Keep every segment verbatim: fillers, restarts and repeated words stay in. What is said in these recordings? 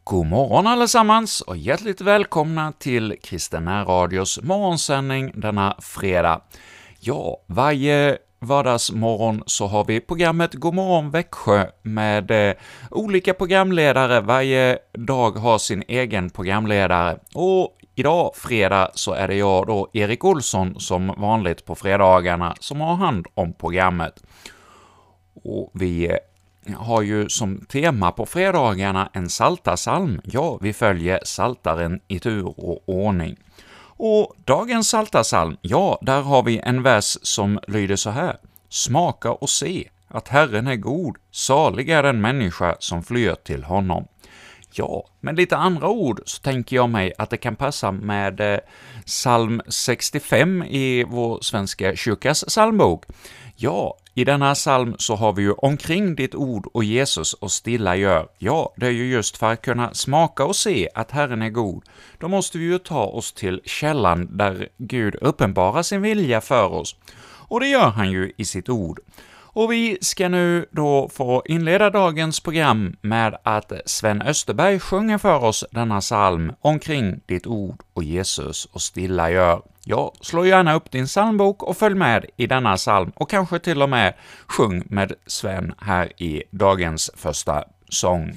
God morgon allesammans och hjärtligt välkomna till Kristen Radios morgonsändning denna fredag. Ja, varje vardagsmorgon så har vi programmet God morgon Växjö med eh, olika programledare. Varje dag har sin egen programledare. Och idag, fredag, så är det jag då, Erik Olsson, som vanligt på fredagarna, som har hand om programmet. Och vi har ju som tema på fredagarna en saltarsalm. Ja, vi följer saltaren i tur och ordning. Och dagens saltarsalm, ja, där har vi en vers som lyder så här: Smaka och se att Herren är god, salig är den människa som flyr till honom. Ja, med lite andra ord så tänker jag mig att det kan passa med eh, psalm sextiofem i vår svenska kyrkas psalmbok. Ja, i denna psalm så har vi ju omkring ditt ord och Jesus och stilla gör. Ja, det är ju just för att kunna smaka och se att Herren är god. Då måste vi ju ta oss till källan där Gud uppenbarar sin vilja för oss. Och det gör han ju i sitt ord. Och vi ska nu då få inleda dagens program med att Sven Österberg sjunger för oss denna psalm omkring ditt ord och Jesus och stilla gör. Ja, slå gärna upp din psalmbok och följ med i denna psalm och kanske till och med sjung med Sven här i dagens första sång.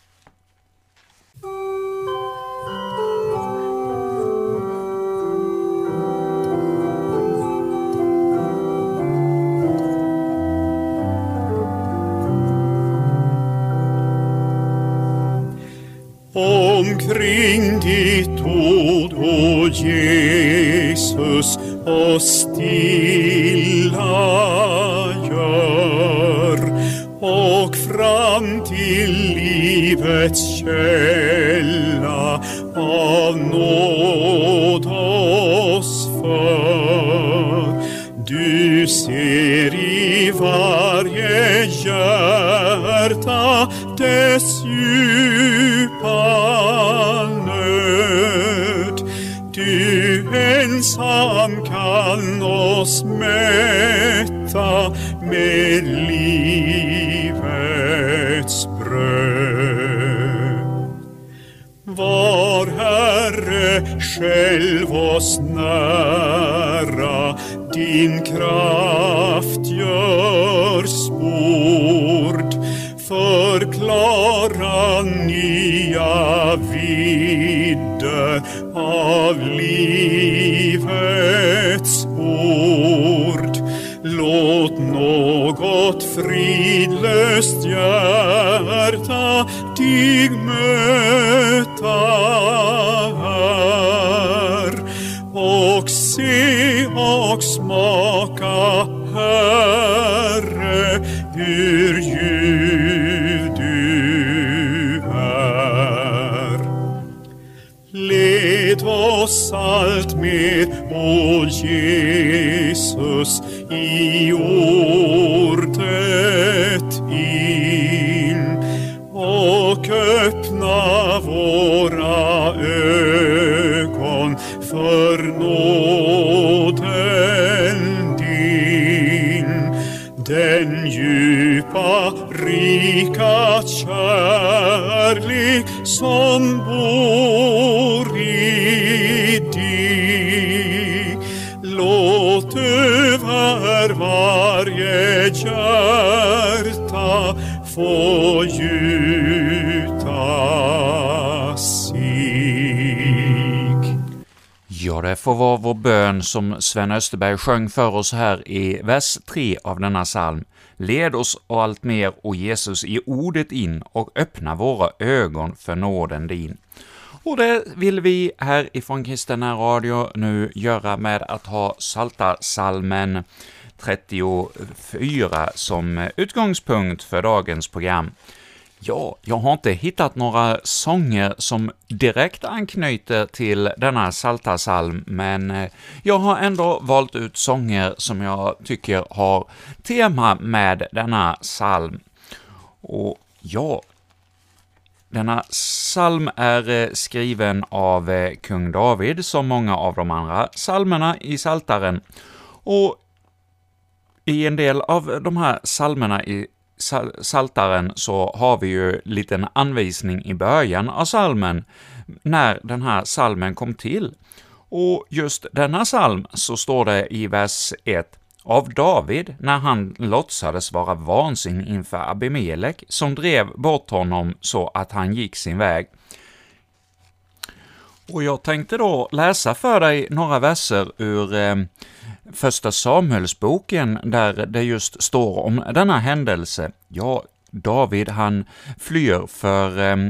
Omkring ditt ord, o Jesus, och stilla gör, och fram till livets källa av nåd oss för. Du ser i varje hjärta dess djupa nöd. Du ensam kan oss mätta med livets bröd. Var Herre själv oss nära, din kraft gör sport, förklara nya vidder av livets ord. Låt något fridlöst hjärta dig möta här, och se och smaka, Herre, hur ljuv du är. Led oss allt med, o Jesus, i ordet in, och öppna våra ögon för nåden din. Den djupa, rika kärlek som bor i dig, låt över varje hjärta få gjuta sig. Ja, det får vara vår bön som Sven Österberg sjöng för oss här i vers tre av denna psalm. Led oss och allt mer, och Jesus, i ordet in, och öppna våra ögon för nåden din. Och det vill vi här ifrån Kristen Radio nu göra med att ha Psaltarpsalmen trettiofyra som utgångspunkt för dagens program. Ja, jag har inte hittat några sånger som direkt anknyter till denna psaltarpsalm, men jag har ändå valt ut sånger som jag tycker har tema med denna psalm. Och ja, denna psalm är skriven av kung David, som många av de andra psalmerna i psaltaren. Och i en del av de här psalmerna i Saltaren så har vi ju liten anvisning i början av salmen när den här salmen kom till. Och just denna salm så står det i vers ett av David när han låtsades vara vansinnig inför Abimelek som drev bort honom så att han gick sin väg. Och jag tänkte då läsa för dig några verser ur eh, första Samuelsboken där det just står om denna händelse. Ja, David han flyr för eh,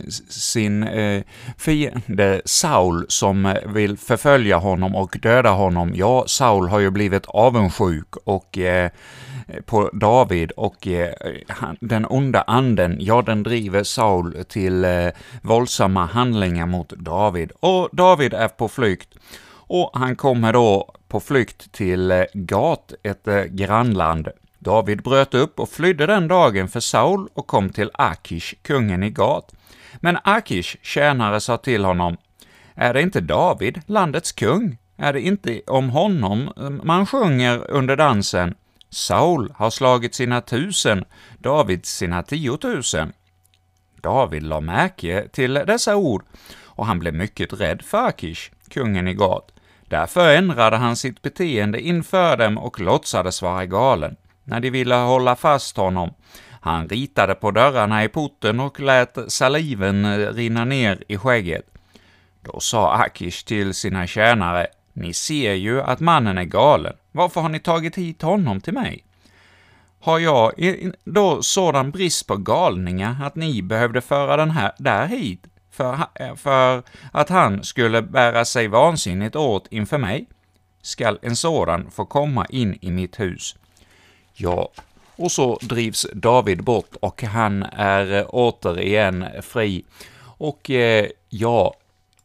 sin eh, fiende Saul som vill förfölja honom och döda honom. Ja, Saul har ju blivit avundsjuk och eh, på David och eh, den onda anden, ja den driver Saul till eh, våldsamma handlingar mot David. Och David är på flykt och han kommer då på flykt till eh, Gat, ett eh, grannland. David bröt upp och flydde den dagen för Saul och kom till Akish, kungen i Gat. Men Akish tjänare sa till honom: är det inte David, landets kung? Är det inte om honom man sjunger under dansen? Saul har slagit sina tusen, David sina tiotusen. David la märke till dessa ord, och han blev mycket rädd för Akish, kungen i Gat. Därför ändrade han sitt beteende inför dem och låtsades vara galen. När de ville hålla fast honom, han ritade på dörrarna i porten och lät saliven rinna ner i skägget. Då sa Akish till sina tjänare: ni ser ju att mannen är galen. Varför har ni tagit hit honom till mig? Har jag då sådan brist på galningar att ni behövde föra den här där hit för, för att han skulle bära sig vansinnigt åt inför mig? Skall en sådan få komma in i mitt hus? Ja, och så drivs David bort och han är återigen fri. Och eh, ja,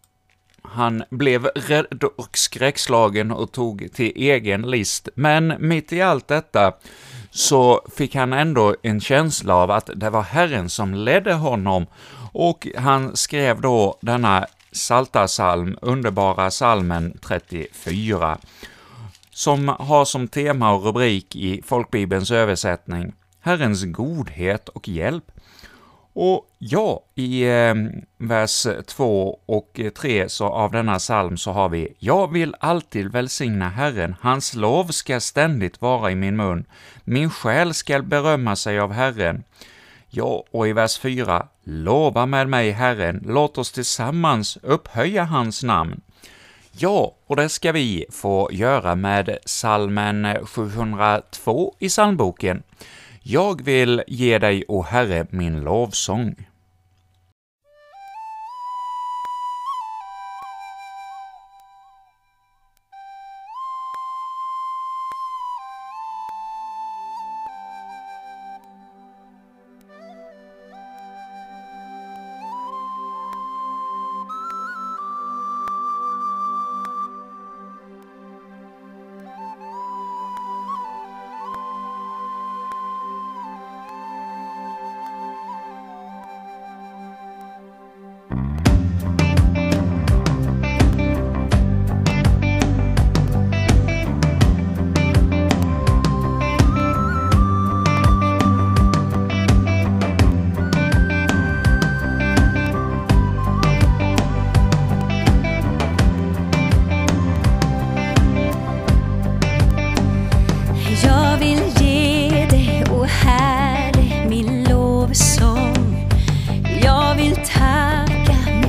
han blev rädd och skräckslagen och tog till egen list. Men mitt i allt detta så fick han ändå en känsla av att det var Herren som ledde honom. Och han skrev då denna psaltarpsalm, underbara psalmen trettiofyra, som har som tema och rubrik i Folkbibelns översättning Herrens godhet och hjälp. Och ja, i eh, vers två och tre så av denna psalm så har vi: jag vill alltid välsigna Herren, hans lov ska ständigt vara i min mun. Min själ ska berömma sig av Herren. Ja, och i vers fyra: lova med mig Herren, låt oss tillsammans upphöja hans namn. Ja, och det ska vi få göra med psalmen sjuhundratvå i psalmboken. Jag vill ge dig, o Herre, min lovsång. Jag vill tacka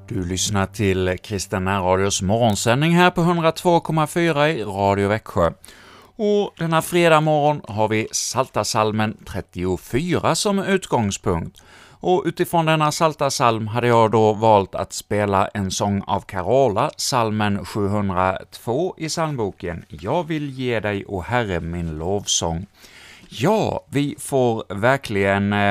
Du lyssnar till Kristen Radios morgonsändning här på hundra två komma fyra i Radio Växjö. Och denna fredag morgon har vi Psaltarpsalmen trettiofyra som utgångspunkt. Och utifrån denna psaltarpsalm hade jag då valt att spela en sång av Carola, psalmen sjuhundratvå i psalmboken Jag vill ge dig, o Herre, min lovsång. Ja, vi får verkligen eh,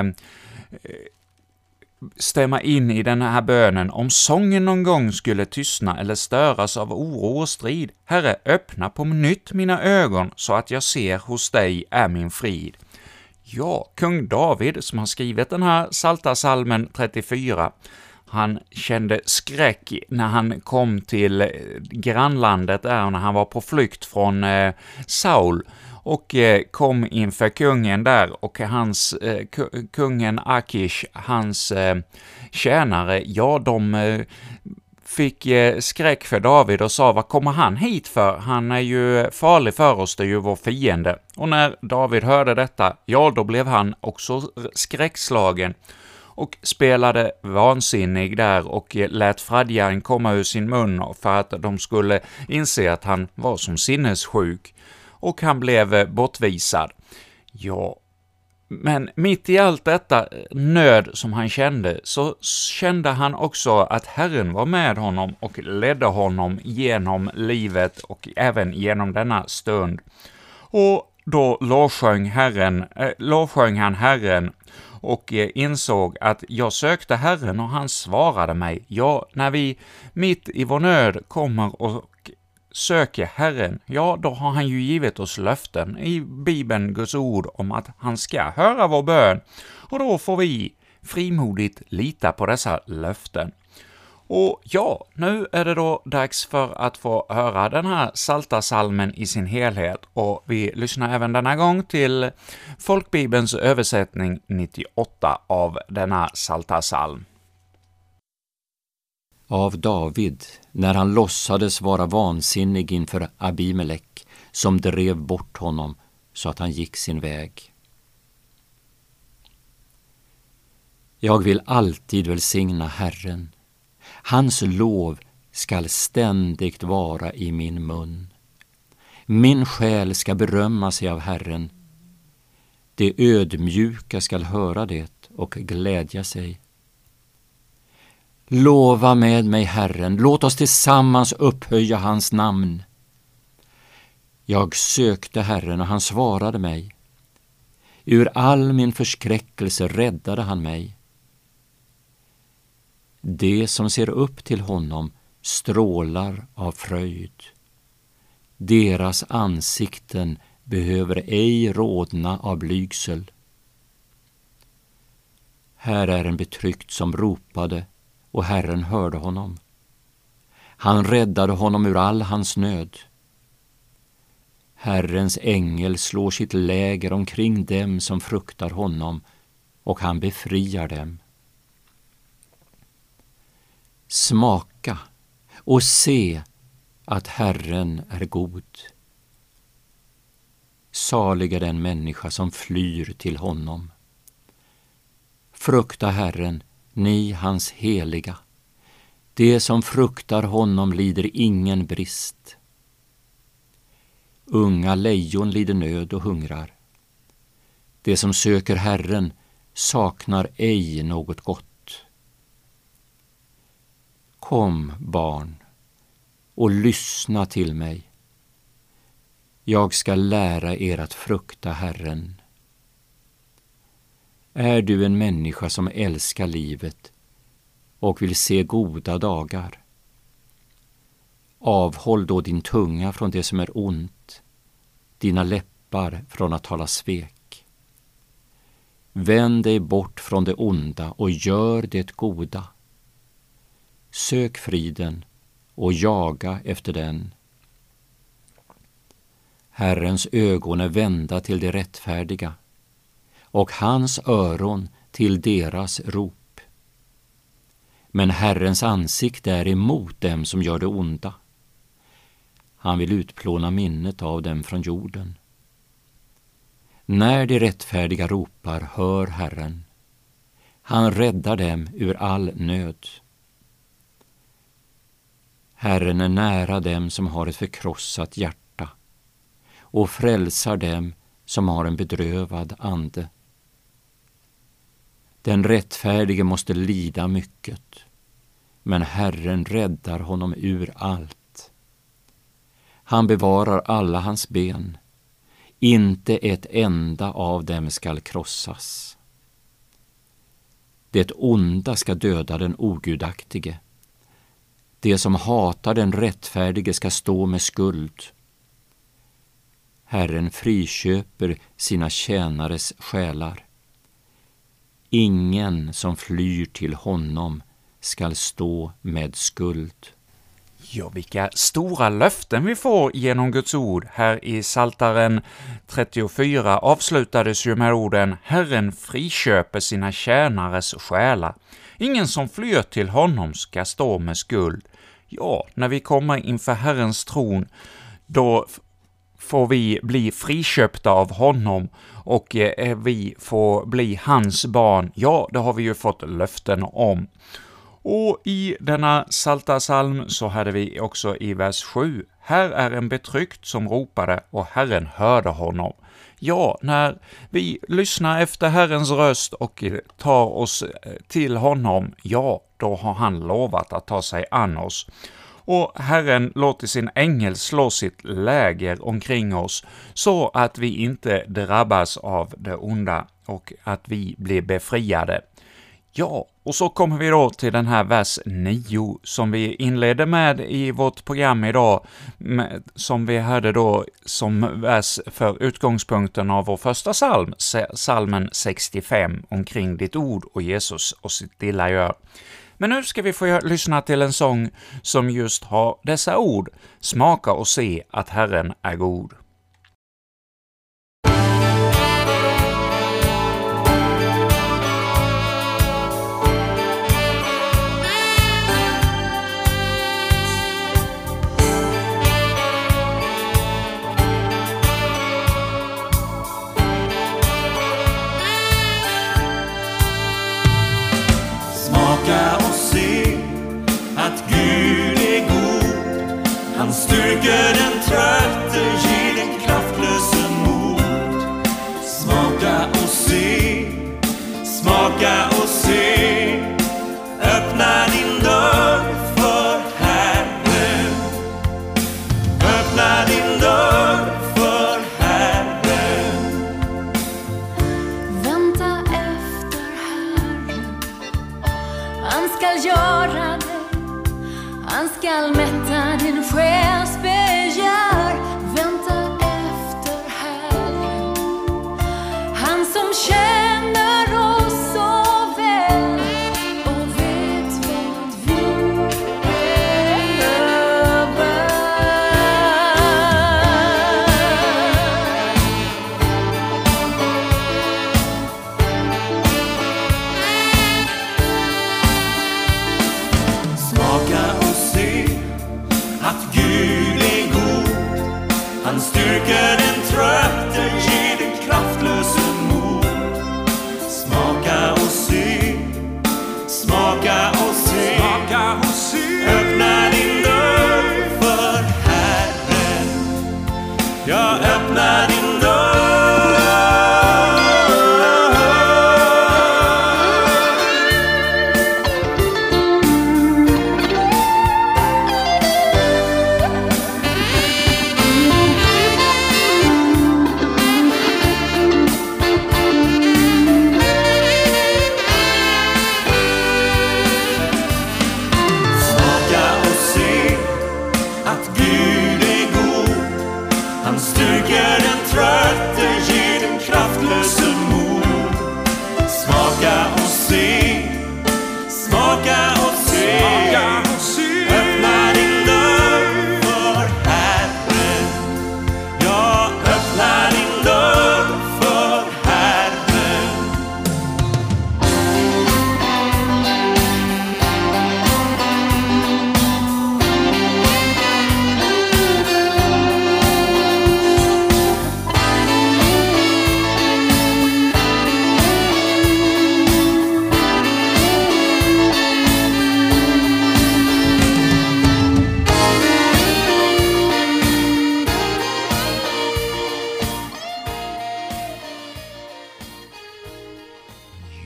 stämma in i den här bönen. Om sången någon gång skulle tystna eller störas av oro och strid, Herre, öppna på nytt mina ögon så att jag ser hos dig är min frid. Ja, kung David som har skrivit den här psaltarpsalmen trettiofyra, han kände skräck när han kom till grannlandet där, när han var på flykt från eh, Saul och eh, kom inför kungen där, och hans eh, kungen Akish, hans eh, tjänare, ja, de eh, fick eh, skräck för David och sa, vad kommer han hit för? Han är ju farlig för oss, det är ju vår fiende. Och när David hörde detta, ja, då blev han också skräckslagen och spelade vansinnig där och lät fradjaren komma ur sin mun för att de skulle inse att han var som sinnessjuk, och han blev bortvisad. Ja, men mitt i allt detta nöd som han kände, så kände han också att Herren var med honom och ledde honom genom livet och även genom denna stund. Och då lovsjöng, Herren, äh, lovsjöng han Herren och eh, insåg att jag sökte Herren och han svarade mig. Ja, när vi mitt i vår nöd kommer och söker Herren, ja, då har han ju givit oss löften i Bibeln, Guds ord, om att han ska höra vår bön, och då får vi frimodigt lita på dessa löften. Och ja, nu är det då dags för att få höra den här psaltarpsalmen i sin helhet, och vi lyssnar även denna gång till Folkbibelns översättning nittioåtta av denna psaltarpsalm. Av David, när han låtsades vara vansinnig inför Abimelek, som drev bort honom så att han gick sin väg. Jag vill alltid välsigna Herren. Hans lov skall ständigt vara i min mun. Min själ ska berömma sig av Herren. Det ödmjuka skall höra det och glädja sig. Lova med mig, Herren, låt oss tillsammans upphöja hans namn. Jag sökte Herren och han svarade mig. Ur all min förskräckelse räddade han mig. Det som ser upp till honom strålar av fröjd. Deras ansikten behöver ej rodna av blygsel. Här är en betryckt som ropade, och Herren hörde honom. Han räddade honom ur all hans nöd. Herrens ängel slår sitt läger omkring dem som fruktar honom, och han befriar dem. Smaka och se att Herren är god. Salig är den människa som flyr till honom. Frukta Herren, ni hans heliga. Det som fruktar honom lider ingen brist. Unga lejon lider nöd och hungrar. Det som söker Herren saknar ej något gott. Kom, barn, och lyssna till mig. Jag ska lära er att frukta Herren. Är du en människa som älskar livet och vill se goda dagar? Avhåll då din tunga från det som är ont, dina läppar från att tala svek. Vänd dig bort från det onda och gör det goda. Sök friden och jaga efter den. Herrens ögon är vända till de rättfärdiga, och hans öron till deras rop. Men Herrens ansikte är emot dem som gör det onda. Han vill utplåna minnet av dem från jorden. När de rättfärdiga ropar, hör Herren. Han räddar dem ur all nöd. Herren är nära dem som har ett förkrossat hjärta och frälsar dem som har en bedrövad ande. Den rättfärdige måste lida mycket, men Herren räddar honom ur allt. Han bevarar alla hans ben, inte ett enda av dem skall krossas. Det onda ska döda den ogudaktige. Det som hatar den rättfärdige ska stå med skuld. Herren friköper sina tjänares själar. Ingen som flyr till honom skall stå med skuld. Ja, vilka stora löften vi får genom Guds ord. Här i Psaltaren trettiofyra avslutades ju med orden: Herren friköper sina tjänares själar. Ingen som flyr till honom ska stå med skuld. Ja, när vi kommer inför Herrens tron, då får vi bli friköpta av honom och eh, vi får bli hans barn. Ja, det har vi ju fått löften om. Och i denna psaltarpsalm så hade vi också i vers sju: Här är en betryckt som ropade och Herren hörde honom. Ja, när vi lyssnar efter Herrens röst och tar oss till honom, ja, då har han lovat att ta sig an oss. Och Herren låter sin ängel slå sitt läger omkring oss så att vi inte drabbas av det onda och att vi blir befriade. Ja, och så kommer vi då till den här vers nio som vi inledde med i vårt program idag, med, som vi hade då som vers för utgångspunkten av vår första psalm, psalmen sextiofem, omkring ditt ord och Jesus och sitt lilla gör. Men nu ska vi få lyssna till en sång som just har dessa ord: smaka och se att Herren är god. Han styrker den trötte, ger den kraftlöse mod. Smaka och se, smaka och se. Öppna din dörr för Herren. Öppna din dörr för Herren. Vänta efter Herren. Han ska göra det. Han skall mätta din själs begär. Vänta efter Herren. Han som känner oss så väl och vet vad vi behöver. Smaka och se att Gud är god. Han styrker den trötte, ger den kraftlöse mod. Smaka och se, smaka och se, smaka och se. Öppna din dörr för Herren. Ja, öppna din dörr.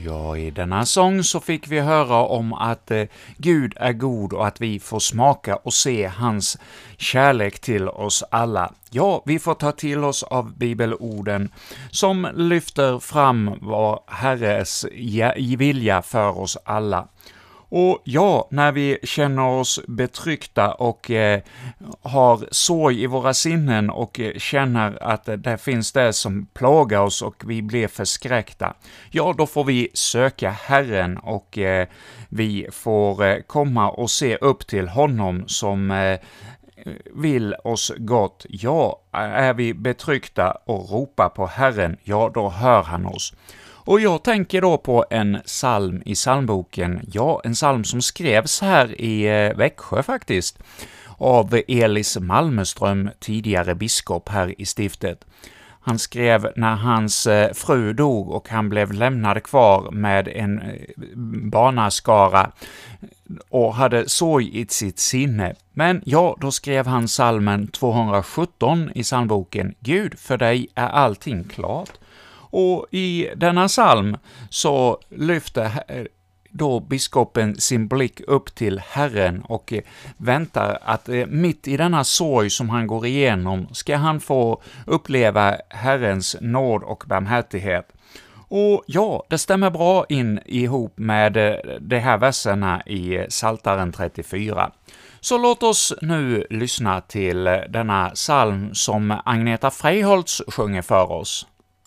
Ja, i denna sång så fick vi höra om att eh, Gud är god och att vi får smaka och se hans kärlek till oss alla. Ja, vi får ta till oss av bibelorden som lyfter fram vad Herres vilja för oss alla. Och ja, när vi känner oss betryckta och eh, har sorg i våra sinnen och eh, känner att eh, det finns det som plågar oss och vi blir förskräckta, ja, då får vi söka Herren och eh, vi får eh, komma och se upp till honom som eh, vill oss gott. Ja, är vi betryckta och ropar på Herren, ja, då hör han oss. Och jag tänker då på en psalm i psalmboken, ja, en psalm som skrevs här i eh, Växjö faktiskt, av Elis Malmström, tidigare biskop här i stiftet. Han skrev när hans eh, fru dog och han blev lämnad kvar med en eh, barnaskara och hade sorg i sitt sinne. Men ja, då skrev han psalmen tvåhundrasjutton i psalmboken, Gud, för dig är allting klart. Och i denna psalm så lyfter då biskopen sin blick upp till Herren och väntar att mitt i denna sorg som han går igenom ska han få uppleva Herrens nåd och barmhärtighet. Och ja, det stämmer bra in ihop med de här verserna i Psaltaren trettiofyra. Så låt oss nu lyssna till denna psalm som Agneta Freiholtz sjunger för oss.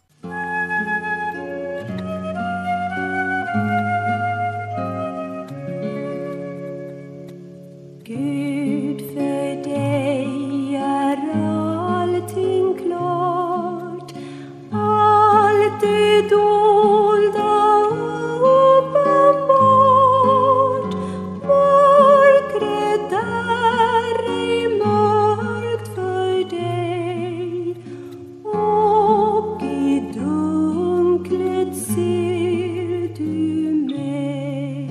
Gud, för dig är allting klart, allt det dolda uppenbart. Mörkret är ej mörkt för dig, och i dunklet ser du mig.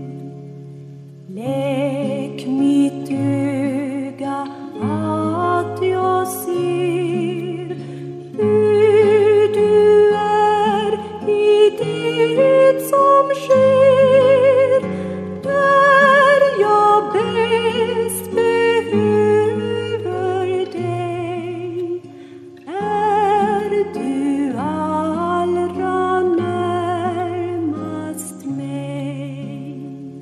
Läk mitt öga att jag ser hur du är i det som sker, där jag bäst behöver dig. Är du allra närmast mig?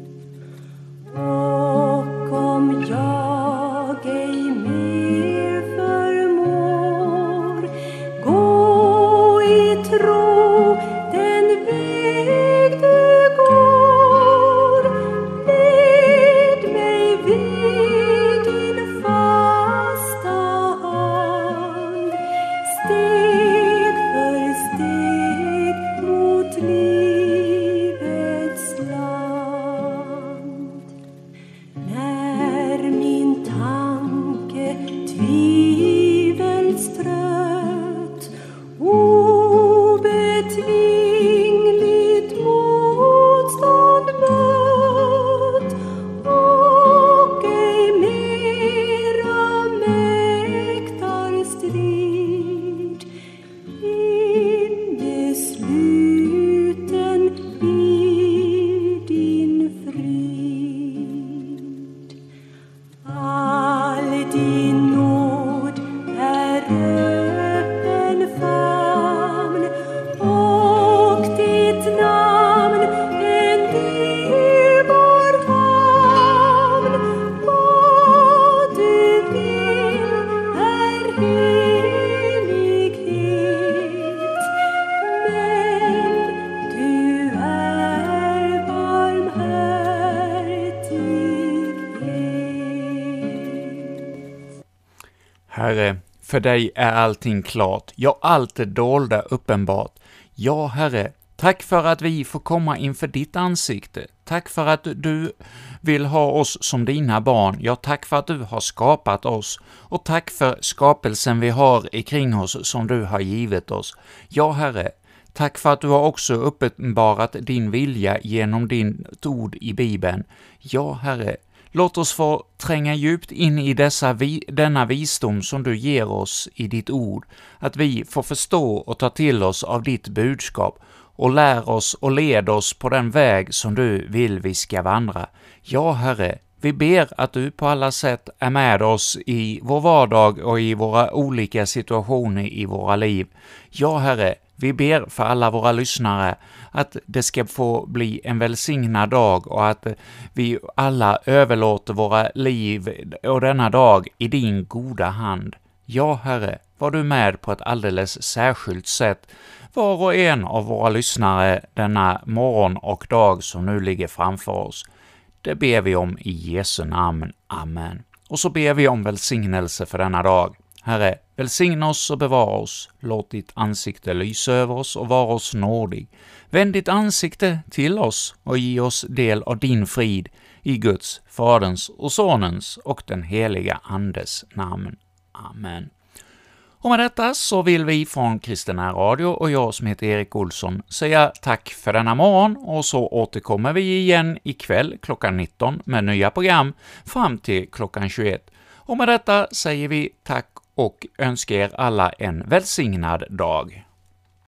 Och om jag ej mer förmår gå i tro den väg du går, led mig vid din fasta hand, steg för steg mot livets land. När min tanke tvivelstrött obetvingligt motstånd mött, och ej mera mäktar strid, innesluten i din frid. All din nåd är öppen famn, och ditt namn en dyrbar hamn. Vad du vill är helighet, men du är barmhärtighet. Herre, för dig är allting klart, ja, allt det dolda uppenbart. Ja, Herre, tack för att vi får komma inför ditt ansikte. Tack för att du vill ha oss som dina barn. Ja, tack för att du har skapat oss. Och tack för skapelsen vi har ikring oss som du har givit oss. Ja, Herre, tack för att du har också uppenbarat din vilja genom din ord i Bibeln. Ja, Herre, låt oss få tränga djupt in i dessa vi, denna visdom som du ger oss i ditt ord, att vi får förstå och ta till oss av ditt budskap. och lär oss och led oss på den väg som du vill vi ska vandra. Ja, Herre, vi ber att du på alla sätt är med oss i vår vardag och i våra olika situationer i våra liv. Ja, Herre, vi ber för alla våra lyssnare att det ska få bli en välsignad dag och att vi alla överlåter våra liv och denna dag i din goda hand. Ja, Herre, var du med på ett alldeles särskilt sätt var och en av våra lyssnare denna morgon och dag som nu ligger framför oss. Det ber vi om i Jesu namn. Amen. Och så ber vi om välsignelse för denna dag. Herre, välsigna oss och bevara oss. Låt ditt ansikte lysa över oss och vara oss nådig. Vänd ditt ansikte till oss och ge oss del av din frid i Guds, Faderns och Sonens och den heliga Andes namn. Amen. Och med detta så vill vi från Kristen Radio och jag som heter Erik Olsson säga tack för denna morgon, och så återkommer vi igen ikväll klockan nitton med nya program fram till klockan tjugoett. Och med detta säger vi tack och önskar er alla en välsignad dag.